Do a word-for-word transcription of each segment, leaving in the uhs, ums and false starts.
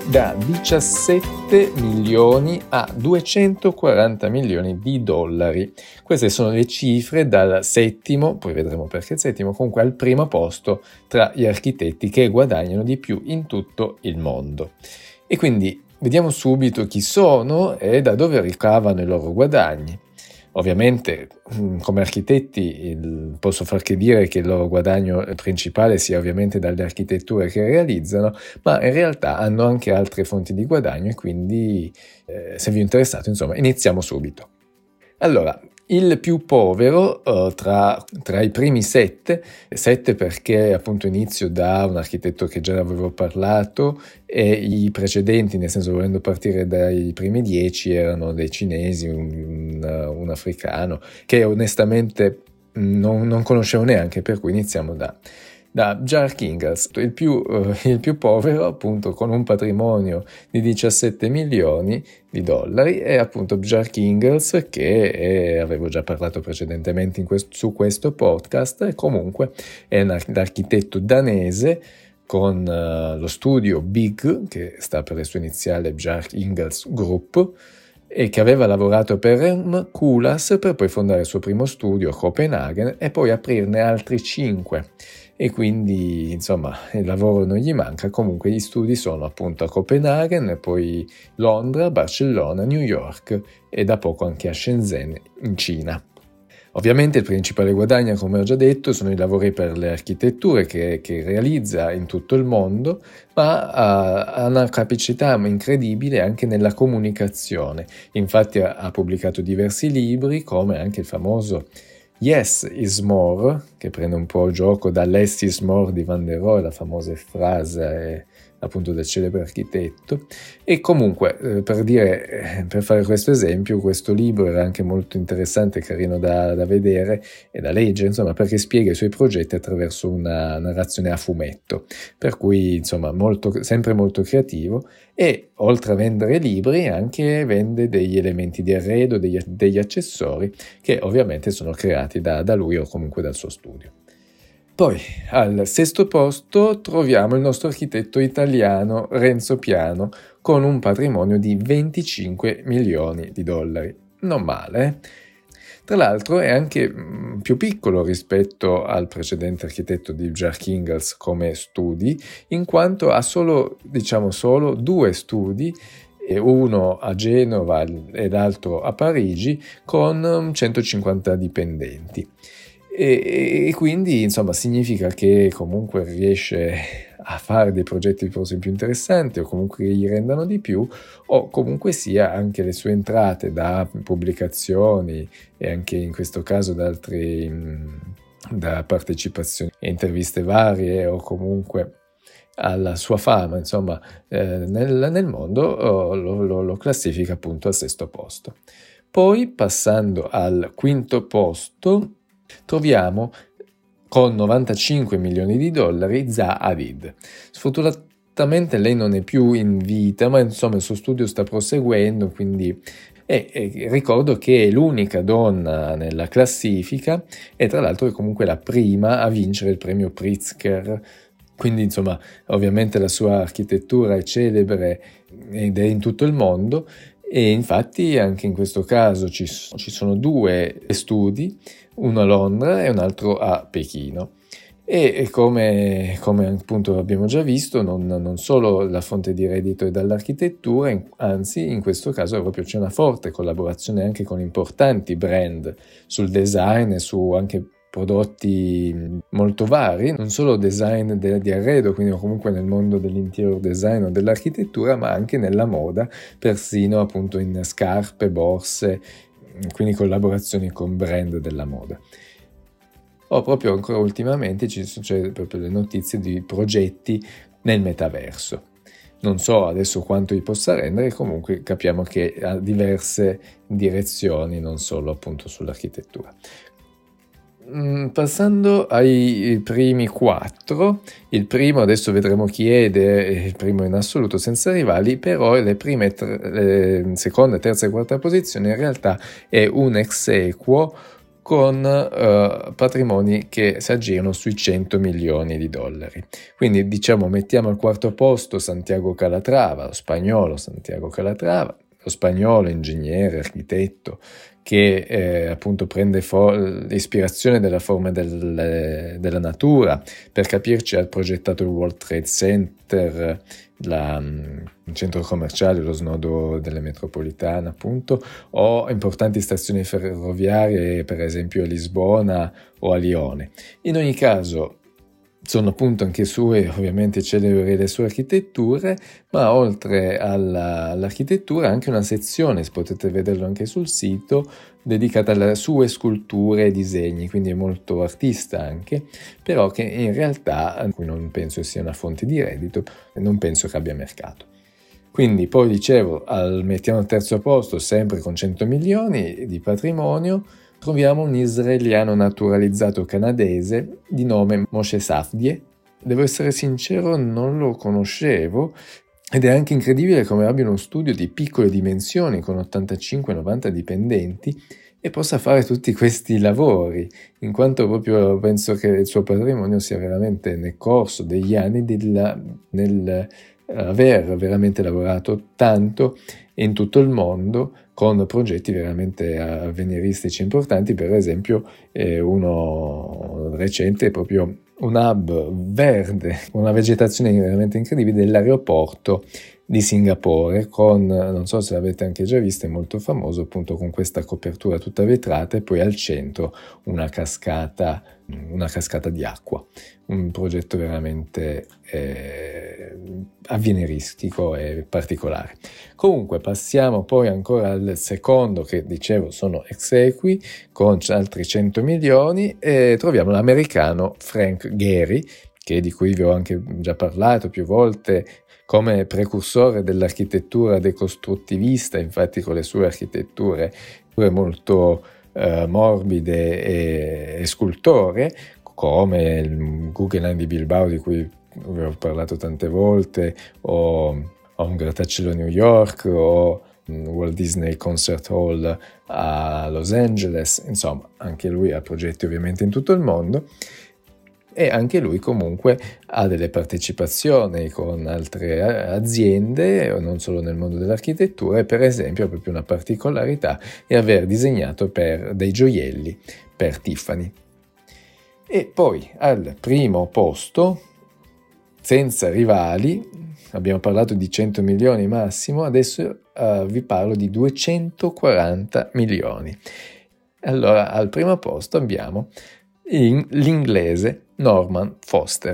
da diciassette milioni a duecentoquaranta milioni di dollari. Queste sono le cifre dal settimo, poi vedremo perché il settimo, comunque al primo posto tra gli architetti che guadagnano di più in tutto il mondo. E quindi vediamo subito chi sono e da dove ricavano i loro guadagni. Ovviamente come architetti il, posso far che dire che il loro guadagno principale sia ovviamente dalle architetture che realizzano, ma in realtà hanno anche altre fonti di guadagno e quindi eh, se vi è interessato, insomma, iniziamo subito. Allora, il più povero uh, tra, tra i primi sette, sette perché appunto inizio da un architetto che già avevo parlato e i precedenti, nel senso volendo partire dai primi dieci, erano dei cinesi, un, un, un africano, che onestamente non, non conoscevo neanche, per cui iniziamo da... da Jack Ingalls, il più, uh, il più povero appunto con un patrimonio di diciassette milioni di dollari è appunto Jack Ingalls, che è, avevo già parlato precedentemente in quest- su questo podcast, e comunque è un architetto danese con uh, lo studio Big, che sta per le sue iniziali Jack Ingalls Group, e che aveva lavorato per M. Kulas per poi fondare il suo primo studio a Copenaghen e poi aprirne altri cinque. E quindi insomma il lavoro non gli manca. Comunque gli studi sono appunto a Copenaghen e poi Londra, Barcellona, New York e da poco anche a Shenzhen in Cina. Ovviamente il principale guadagno, come ho già detto, sono i lavori per le architetture che, che realizza in tutto il mondo, ma ha, ha una capacità incredibile anche nella comunicazione. Infatti ha, ha pubblicato diversi libri, come anche il famoso Yes is More, che prende un po' il gioco da Less is More di Van der Rohe, la famosa frase appunto del celebre architetto. E comunque eh, per dire, eh, per fare questo esempio, questo libro era anche molto interessante e carino da, da vedere e da leggere, insomma, perché spiega i suoi progetti attraverso una narrazione a fumetto, per cui insomma molto, sempre molto creativo. E oltre a vendere libri anche vende degli elementi di arredo, degli, degli accessori che ovviamente sono creati da, da lui o comunque dal suo studio. Poi al sesto posto troviamo il nostro architetto italiano Renzo Piano con un patrimonio di venticinque milioni di dollari. Non male, eh? Tra l'altro è anche più piccolo rispetto al precedente architetto di Jack Ingalls come studi, in quanto ha solo, diciamo solo, due studi, uno a Genova e l'altro a Parigi, con centocinquanta dipendenti. E, e quindi insomma significa che comunque riesce a fare dei progetti forse più interessanti o comunque che gli rendano di più, o comunque sia anche le sue entrate da pubblicazioni e anche in questo caso da altri da partecipazioni e interviste varie o comunque alla sua fama insomma eh, nel, nel mondo oh, lo, lo, lo classifica appunto al sesto posto. Poi passando al quinto posto troviamo con novantacinque milioni di dollari Zaha Hadid. Sfortunatamente lei non è più in vita, ma insomma il suo studio sta proseguendo, quindi e, e ricordo che è l'unica donna nella classifica e tra l'altro è comunque la prima a vincere il premio Pritzker. Quindi insomma ovviamente la sua architettura è celebre ed è in tutto il mondo. E infatti anche in questo caso ci, ci sono due studi, uno a Londra e un altro a Pechino. E come, come appunto abbiamo già visto, non, non solo la fonte di reddito è dall'architettura, anzi in questo caso proprio c'è una forte collaborazione anche con importanti brand sul design e su anche prodotti molto vari, non solo design de- di arredo, quindi comunque nel mondo dell'interior design o dell'architettura, ma anche nella moda, persino appunto in scarpe, borse, quindi collaborazioni con brand della moda. O proprio ancora ultimamente ci sono cioè, proprio le notizie di progetti nel metaverso. Non so adesso quanto vi possa rendere, comunque capiamo che ha diverse direzioni, non solo appunto sull'architettura. Passando ai primi quattro, il primo adesso vedremo chi è ed è il primo in assoluto senza rivali, però le prime tre, le seconda, terza e quarta posizione in realtà è un ex equo con uh, patrimoni che si aggirano sui cento milioni di dollari. Quindi diciamo mettiamo al quarto posto Santiago Calatrava, lo spagnolo Santiago Calatrava, lo spagnolo ingegnere, architetto, che eh, appunto prende for- l'ispirazione dalla forma del, della natura. Per capirci, ha progettato il World Trade Center, la, il centro commerciale, lo snodo delle metropolitane appunto, o importanti stazioni ferroviarie, per esempio a Lisbona o a Lione. In ogni caso sono appunto anche sue, ovviamente celebri le sue architetture, ma oltre alla, all'architettura anche una sezione, potete vederlo anche sul sito, dedicata alle sue sculture e disegni, quindi è molto artista anche, però che in realtà non penso sia una fonte di reddito, non penso che abbia mercato. Quindi poi dicevo, al, mettiamo al terzo posto, sempre con cento milioni di patrimonio, troviamo un israeliano naturalizzato canadese di nome Moshe Safdie. Devo essere sincero, non lo conoscevo ed è anche incredibile come abbia uno studio di piccole dimensioni con ottantacinque novanta dipendenti e possa fare tutti questi lavori, in quanto proprio penso che il suo patrimonio sia veramente nel corso degli anni della, nel aver veramente lavorato tanto in tutto il mondo con progetti veramente avveniristici importanti. Per esempio eh, uno recente è proprio un hub verde, una vegetazione veramente incredibile dell'aeroporto di Singapore, con, non so se l'avete anche già visto, è molto famoso appunto con questa copertura tutta vetrata e poi al centro una cascata, una cascata di acqua, un progetto veramente eh, avveniristico e particolare. Comunque passiamo poi ancora al secondo, che dicevo sono ex equi, con altri cento milioni, e troviamo l'americano Frank Gehry, che di cui vi ho anche già parlato più volte, come precursore dell'architettura decostruttivista, infatti con le sue architetture pure molto eh, morbide e, e scultoree, come il Guggenheim di Bilbao, di cui vi ho parlato tante volte, o, o un grattacielo a New York, o Walt Disney Concert Hall a Los Angeles. Insomma, anche lui ha progetti ovviamente in tutto il mondo. E anche lui comunque ha delle partecipazioni con altre aziende, non solo nel mondo dell'architettura, e per esempio ha proprio una particolarità è aver disegnato per dei gioielli per Tiffany. E poi al primo posto, senza rivali, abbiamo parlato di cento milioni massimo, adesso uh, vi parlo di duecentoquaranta milioni. Allora, al primo posto abbiamo in, l'inglese Norman Foster.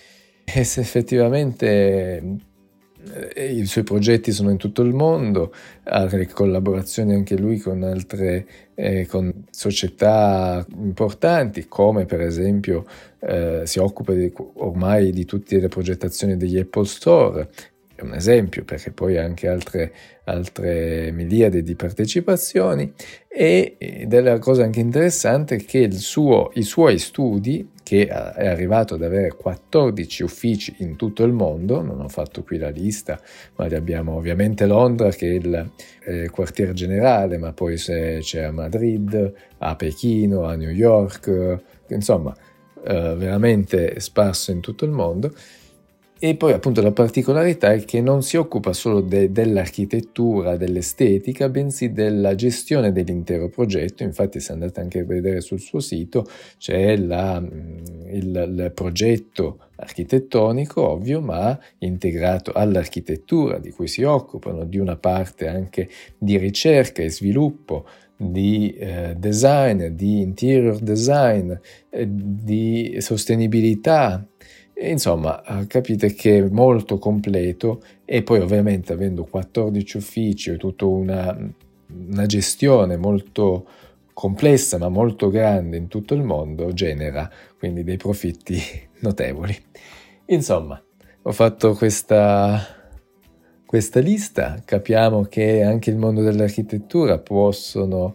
E se effettivamente eh, i suoi progetti sono in tutto il mondo, ha delle collaborazioni anche lui con altre eh, con società importanti, come per esempio eh, si occupa di, ormai di tutte le progettazioni degli Apple Store. È un esempio, perché poi ha anche altre, altre miliardi di partecipazioni. E, ed è la cosa anche interessante che il suo, i suoi studi, che è arrivato ad avere quattordici uffici in tutto il mondo, non ho fatto qui la lista, ma abbiamo ovviamente Londra che è il eh, quartier generale, ma poi se c'è a Madrid, a Pechino, a New York, insomma eh, veramente sparso in tutto il mondo. E poi appunto la particolarità è che non si occupa solo de- dell'architettura, dell'estetica, bensì della gestione dell'intero progetto. Infatti, se andate anche a vedere sul suo sito, c'è la, il, il progetto architettonico, ovvio, ma integrato all'architettura di cui si occupano, di una parte anche di ricerca e sviluppo, di eh, design, di interior design, eh, di sostenibilità. Insomma, capite che è molto completo, e poi ovviamente avendo quattordici uffici e tutta una, una gestione molto complessa ma molto grande in tutto il mondo, genera quindi dei profitti notevoli. Insomma, ho fatto questa, questa lista, capiamo che anche il mondo dell'architettura possono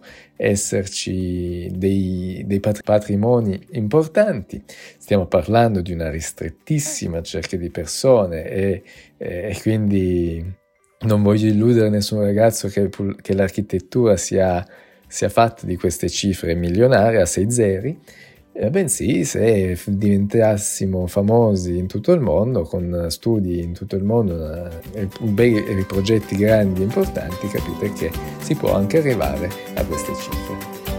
esserci dei, dei patrimoni importanti. Stiamo parlando di una ristrettissima cerchia di persone e, e quindi non voglio illudere nessun ragazzo che, che l'architettura sia sia fatta di queste cifre milionarie a sei zeri, eh, bensì se diventassimo famosi in tutto il mondo, con studi in tutto il mondo, eh, bei progetti grandi e importanti, capite che si può anche arrivare a queste cifre.